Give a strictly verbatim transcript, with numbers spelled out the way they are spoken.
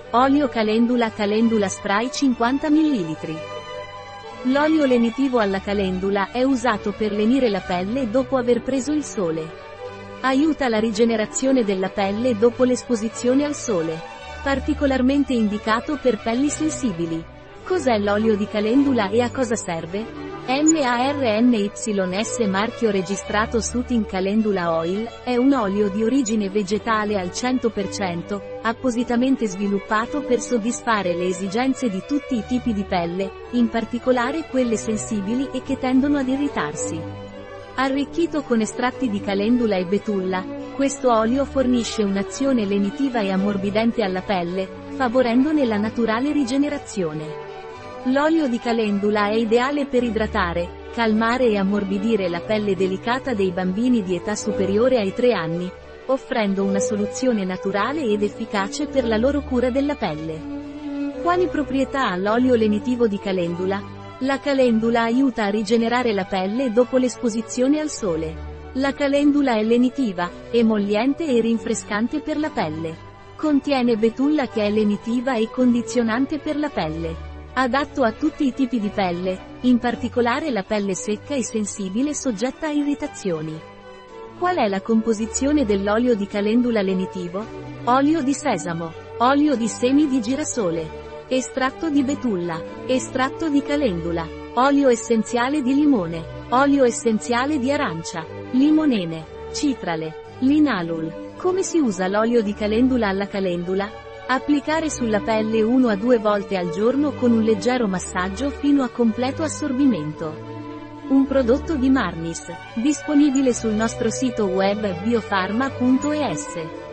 Olio calendula Calendula spray cinquanta millilitri. L'olio lenitivo alla calendula è usato per lenire la pelle dopo aver preso il sole. Aiuta la rigenerazione della pelle dopo l'esposizione al sole. Particolarmente indicato per pelli sensibili. Cos'è l'olio di calendula e a cosa serve? MARNYS marchio registrato Soothing Calendula Oil, è un olio di origine vegetale al cento per cento, appositamente sviluppato per soddisfare le esigenze di tutti i tipi di pelle, in particolare quelle sensibili e che tendono ad irritarsi. Arricchito con estratti di calendula e betulla, questo olio fornisce un'azione lenitiva e ammorbidente alla pelle, favorendone la naturale rigenerazione. L'olio di calendula è ideale per idratare, calmare e ammorbidire la pelle delicata dei bambini di età superiore ai tre anni, offrendo una soluzione naturale ed efficace per la loro cura della pelle. Quali proprietà ha l'olio lenitivo di calendula? La calendula aiuta a rigenerare la pelle dopo l'esposizione al sole. La calendula è lenitiva, emolliente e rinfrescante per la pelle. Contiene betulla che è lenitiva e condizionante per la pelle. Adatto a tutti i tipi di pelle, in particolare la pelle secca e sensibile soggetta a irritazioni. Qual è la composizione dell'olio di calendula lenitivo? Olio di sesamo, olio di semi di girasole, estratto di betulla, estratto di calendula, olio essenziale di limone, olio essenziale di arancia, limonene, citrale, linalol. Come si usa l'olio di calendula alla calendula? Applicare sulla pelle una a due volte al giorno con un leggero massaggio fino a completo assorbimento. Un prodotto di Marnis, disponibile sul nostro sito web biofarma punto es.